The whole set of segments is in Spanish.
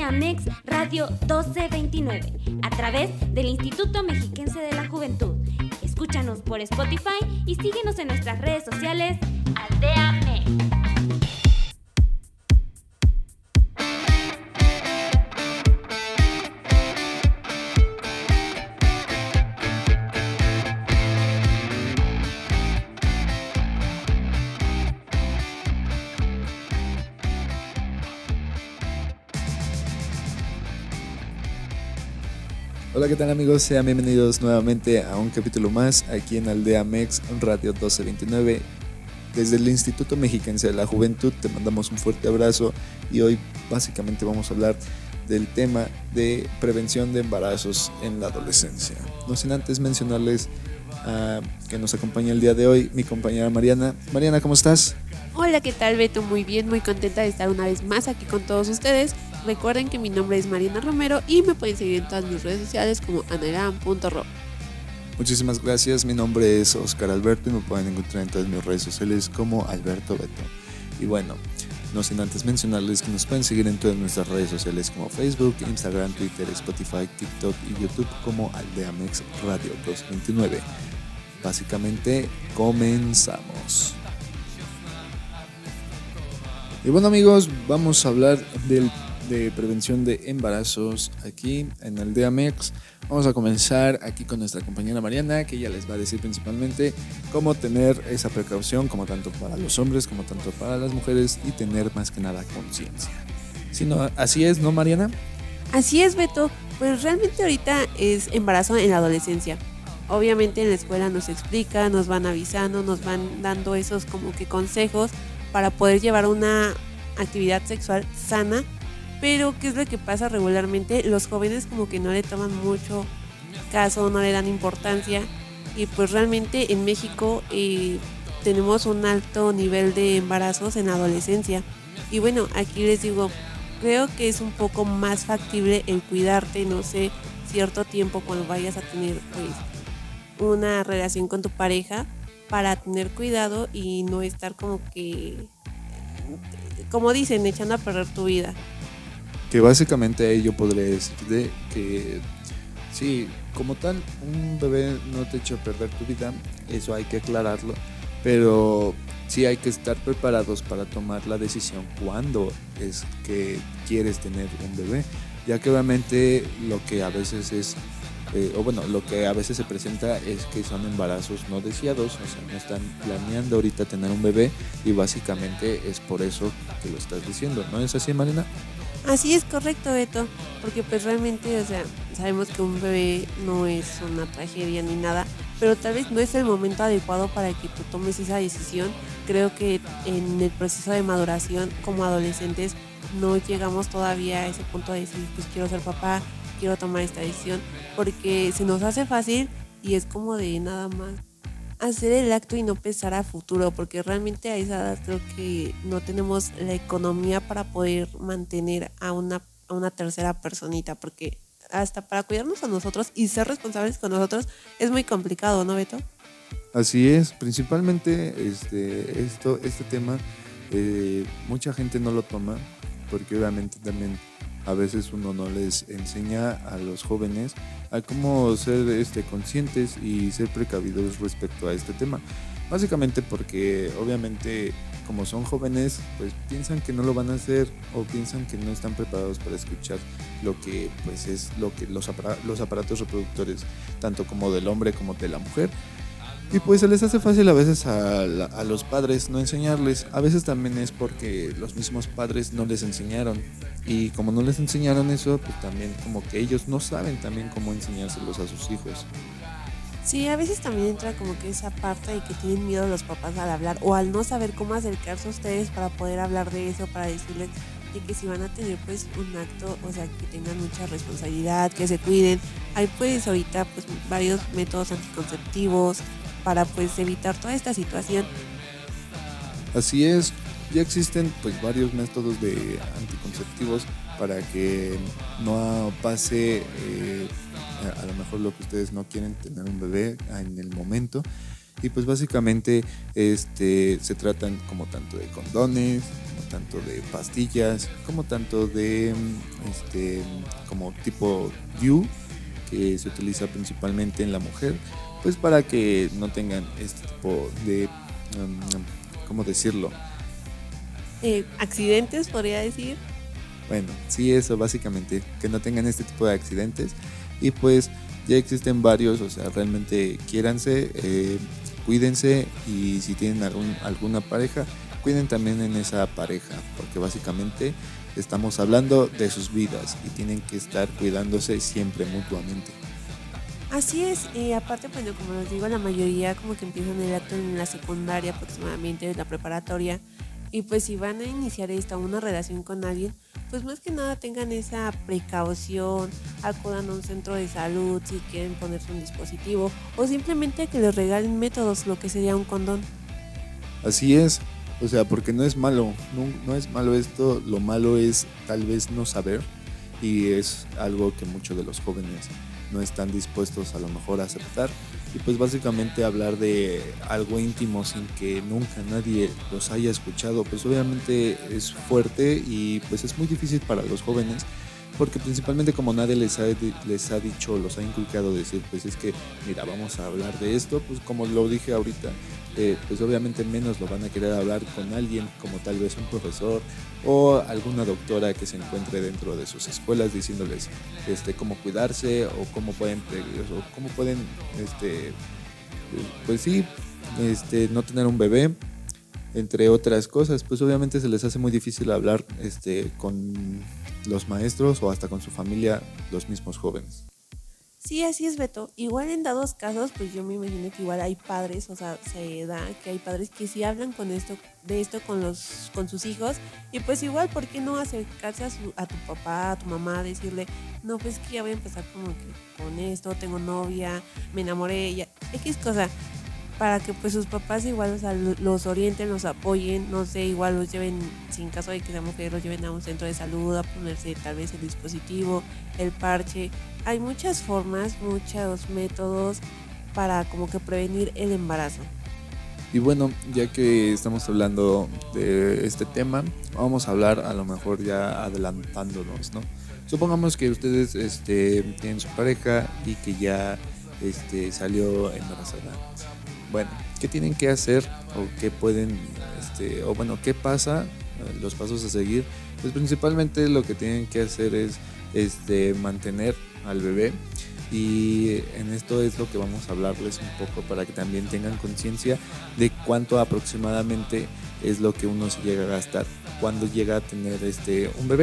Aldeamex Radio 1229 a través del Instituto Mexiquense de la Juventud. Escúchanos por Spotify y síguenos en nuestras redes sociales Aldeamex. Hola, ¿qué tal amigos? Sean bienvenidos nuevamente a un capítulo más aquí en Aldeamex Radio 1229. Desde el Instituto Mexiquense de la Juventud te mandamos un fuerte abrazo y hoy básicamente vamos a hablar del tema de prevención de embarazos en la adolescencia. No sin antes mencionarles que nos acompaña el día de hoy mi compañera Mariana. Mariana, ¿cómo estás? Hola, ¿qué tal, Beto? Muy bien, muy contenta de estar una vez más aquí con todos ustedes. Recuerden que mi nombre es Mariana Romero y me pueden seguir en todas mis redes sociales como anagram.ro. Muchísimas gracias, mi nombre es Oscar Alberto y me pueden encontrar en todas mis redes sociales como Alberto Beto. Y bueno, no sin antes mencionarles que nos pueden seguir en todas nuestras redes sociales como Facebook, Instagram, Twitter, Spotify, TikTok y YouTube como Aldeamex Radio 229. Básicamente, comenzamos. Y bueno amigos, vamos a hablar de prevención de embarazos aquí en Aldeamex. Vamos a comenzar aquí con nuestra compañera Mariana, que ella les va a decir principalmente cómo tener esa precaución, como tanto para los hombres como tanto para las mujeres, y tener más que nada conciencia. ¿Sí, no? ¿Así es, no, Mariana? Así es, Beto. Pues realmente ahorita es embarazo en la adolescencia. Obviamente en la escuela nos explican, nos van avisando, nos van dando esos como que consejos para poder llevar una actividad sexual sana. Pero ¿qué es lo que pasa regularmente? Los jóvenes como que no le toman mucho caso, no le dan importancia. Y pues realmente en México tenemos un alto nivel de embarazos en la adolescencia. Y bueno, aquí les digo, creo que es un poco más factible el cuidarte, no sé, cierto tiempo cuando vayas a tener pues una relación con tu pareja, para tener cuidado y no estar como que, como dicen, echando a perder tu vida. Que básicamente yo podría decirte que sí, como tal, un bebé no te echa a perder tu vida, eso hay que aclararlo, pero sí hay que estar preparados para tomar la decisión cuando es que quieres tener un bebé, ya que obviamente lo que a veces es, lo que a veces se presenta es que son embarazos no deseados, o sea, no están planeando ahorita tener un bebé y básicamente es por eso que lo estás diciendo, ¿no es así, Marina? Así es, correcto, Beto, porque pues realmente, o sea, sabemos que un bebé no es una tragedia ni nada, pero tal vez no es el momento adecuado para que tú tomes esa decisión. Creo que en el proceso de maduración como adolescentes no llegamos todavía a ese punto de decir, pues quiero ser papá, quiero tomar esta decisión, porque se nos hace fácil y es como de nada más hacer el acto y no pensar a futuro, porque realmente a esa edad creo que no tenemos la economía para poder mantener a una tercera personita, porque hasta para cuidarnos a nosotros y ser responsables con nosotros es muy complicado, ¿no, Beto? Así es, principalmente este tema mucha gente no lo toma porque obviamente también a veces uno no les enseña a los jóvenes a cómo ser conscientes y ser precavidos respecto a este tema. Básicamente porque obviamente como son jóvenes, pues piensan que no lo van a hacer o piensan que no están preparados para escuchar lo que pues es lo que los aparatos reproductores, tanto como del hombre como de la mujer. Y pues se les hace fácil a veces a los padres no enseñarles. A veces también es porque los mismos padres no les enseñaron. Y como no les enseñaron eso, pues también como que ellos no saben también cómo enseñárselos a sus hijos. Sí, a veces también entra como que esa parte de que tienen miedo los papás al hablar o al no saber cómo acercarse a ustedes para poder hablar de eso, para decirles de que si van a tener pues un acto, o sea, que tengan mucha responsabilidad, que se cuiden. Hay pues ahorita pues varios métodos anticonceptivos para pues evitar toda esta situación. Así es, ya existen pues varios métodos de anticonceptivos para que no pase a lo mejor lo que ustedes no quieren, tener un bebé en el momento. Y pues básicamente se tratan como tanto de condones, como tanto de pastillas, como tanto de como tipo DIU, que se utiliza principalmente en la mujer, pues para que no tengan este tipo de, ¿cómo decirlo? Accidentes, podría decir. Bueno, sí, eso básicamente, que no tengan este tipo de accidentes. Y pues ya existen varios, o sea, realmente quiéranse, cuídense, y si tienen alguna pareja, cuiden también en esa pareja, porque básicamente estamos hablando de sus vidas y tienen que estar cuidándose siempre mutuamente. Así es, y aparte, bueno, como les digo, la mayoría como que empiezan el acto en la secundaria aproximadamente, en la preparatoria, y pues si van a iniciar una relación con alguien, pues más que nada tengan esa precaución, acudan a un centro de salud si quieren ponerse un dispositivo, o simplemente que les regalen métodos, lo que sería un condón. Así es, o sea, porque no es malo, no es malo esto, lo malo es tal vez no saber, y es algo que muchos de los jóvenes no están dispuestos a lo mejor a aceptar, y pues básicamente hablar de algo íntimo sin que nunca nadie los haya escuchado, pues obviamente es fuerte, y pues es muy difícil para los jóvenes, porque principalmente como nadie les ha dicho, los ha inculcado decir, pues es que mira, vamos a hablar de esto, pues como lo dije ahorita, pues obviamente menos lo van a querer hablar con alguien como tal vez un profesor o alguna doctora que se encuentre dentro de sus escuelas diciéndoles cómo cuidarse, o cómo pueden pues sí, no tener un bebé, entre otras cosas. Pues obviamente se les hace muy difícil hablar con los maestros o hasta con su familia, los mismos jóvenes. Sí, así es, Beto. Igual en dados casos, pues yo me imagino que igual hay padres, o sea, se da que hay padres que sí hablan de esto con sus hijos, y pues igual, ¿por qué no acercarse a tu papá, a tu mamá, decirle, no, pues que ya voy a empezar como que con esto, tengo novia, me enamoré, ya, X cosa, para que pues sus papás igual, o sea, los orienten, los apoyen, no sé, igual los lleven, si en caso de que sea mujer, los lleven a un centro de salud a ponerse tal vez el dispositivo, el parche. Hay muchas formas, muchos métodos para como que prevenir el embarazo. Y bueno, ya que estamos hablando de este tema, vamos a hablar a lo mejor ya adelantándonos, ¿no? Supongamos que ustedes tienen su pareja y que ya salió embarazada. Bueno, ¿qué tienen que hacer o qué pueden, o bueno, qué pasa, los pasos a seguir? Pues principalmente lo que tienen que hacer es mantener al bebé, y en esto es lo que vamos a hablarles un poco para que también tengan conciencia de cuánto aproximadamente es lo que uno se llega a gastar cuando llega a tener un bebé.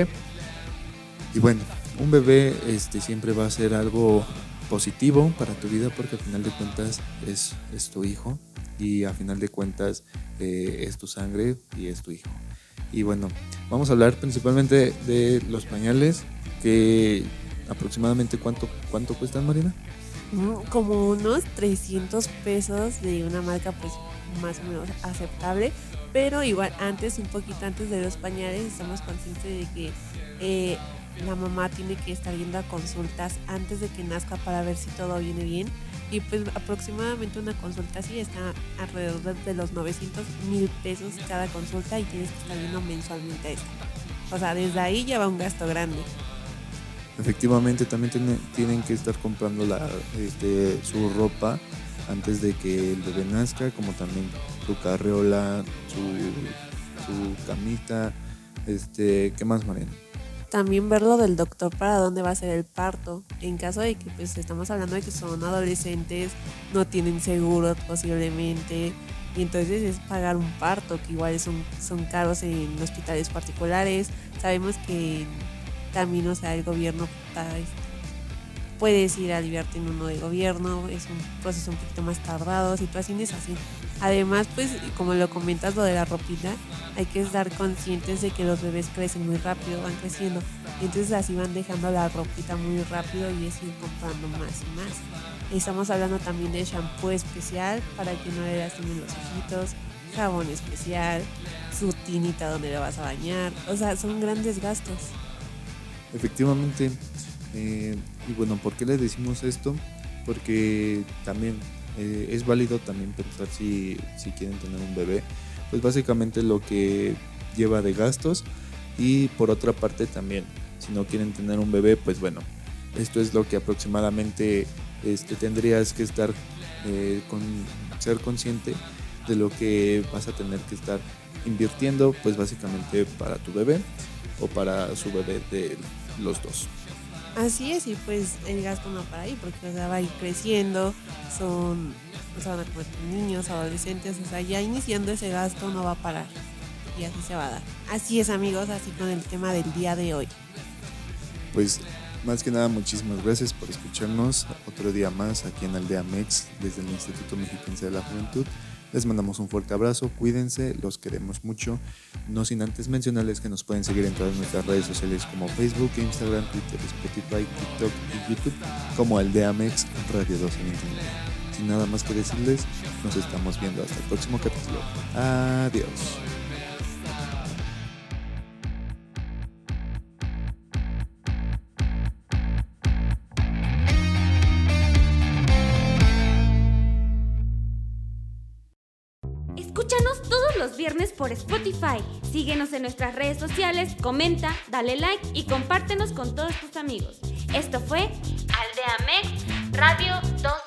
Y bueno, un bebé siempre va a ser algo positivo para tu vida, porque al final de cuentas es tu hijo, y al final de cuentas es tu sangre y es tu hijo. Y bueno, vamos a hablar principalmente de los pañales, que aproximadamente cuánto cuestan, Marina. Como unos 300 pesos de una marca pues más o menos aceptable, pero igual un poquito antes de los pañales, estamos conscientes de que la mamá tiene que estar yendo a consultas antes de que nazca para ver si todo viene bien, y pues aproximadamente una consulta así está alrededor de los 900,000 pesos cada consulta, y tienes que estar yendo mensualmente a esto. O sea, desde ahí ya va un gasto grande. Efectivamente, también tienen que estar comprando su ropa antes de que el bebé nazca, como también su carriola, su camita, ¿qué más, Mariana? También ver lo del doctor para dónde va a ser el parto, en caso de que pues estamos hablando de que son adolescentes, no tienen seguro posiblemente, y entonces es pagar un parto, que igual son caros en hospitales particulares. Sabemos que también, o sea, el gobierno puedes ir a aliviarte en uno de gobierno, es un proceso un poquito más tardado, situaciones así. Además, pues, como lo comentas, lo de la ropita, hay que estar conscientes de que los bebés crecen muy rápido, van creciendo, y entonces así van dejando la ropita muy rápido, y es ir comprando más y más. Estamos hablando también de shampoo especial para que no le lastimen los ojitos, jabón especial, su tinita donde le vas a bañar, o sea, son grandes gastos. Efectivamente, y bueno, ¿por qué le decimos esto? Porque también es válido también pensar si quieren tener un bebé, pues básicamente lo que lleva de gastos, y por otra parte también, si no quieren tener un bebé, pues bueno, esto es lo que aproximadamente tendrías que estar ser consciente de lo que vas a tener que estar invirtiendo, pues básicamente para tu bebé o para su bebé de los dos. Así es, y pues el gasto no para ahí, porque va a ir creciendo, van a convertir niños, adolescentes, ya iniciando ese gasto no va a parar, y así se va a dar. Así es, amigos, así con el tema del día de hoy. Pues más que nada, muchísimas gracias por escucharnos otro día más aquí en Aldea Mex desde el Instituto Mexiquense de la Juventud. Les mandamos un fuerte abrazo, cuídense, los queremos mucho. No sin antes mencionarles que nos pueden seguir en todas nuestras redes sociales como Facebook, Instagram, Twitter, Spotify, TikTok y YouTube como Aldea Mex Radio 1229. Sin nada más que decirles, nos estamos viendo hasta el próximo capítulo. Adiós. Escúchanos todos los viernes por Spotify. Síguenos en nuestras redes sociales, comenta, dale like y compártenos con todos tus amigos. Esto fue Aldea Mex Radio 2.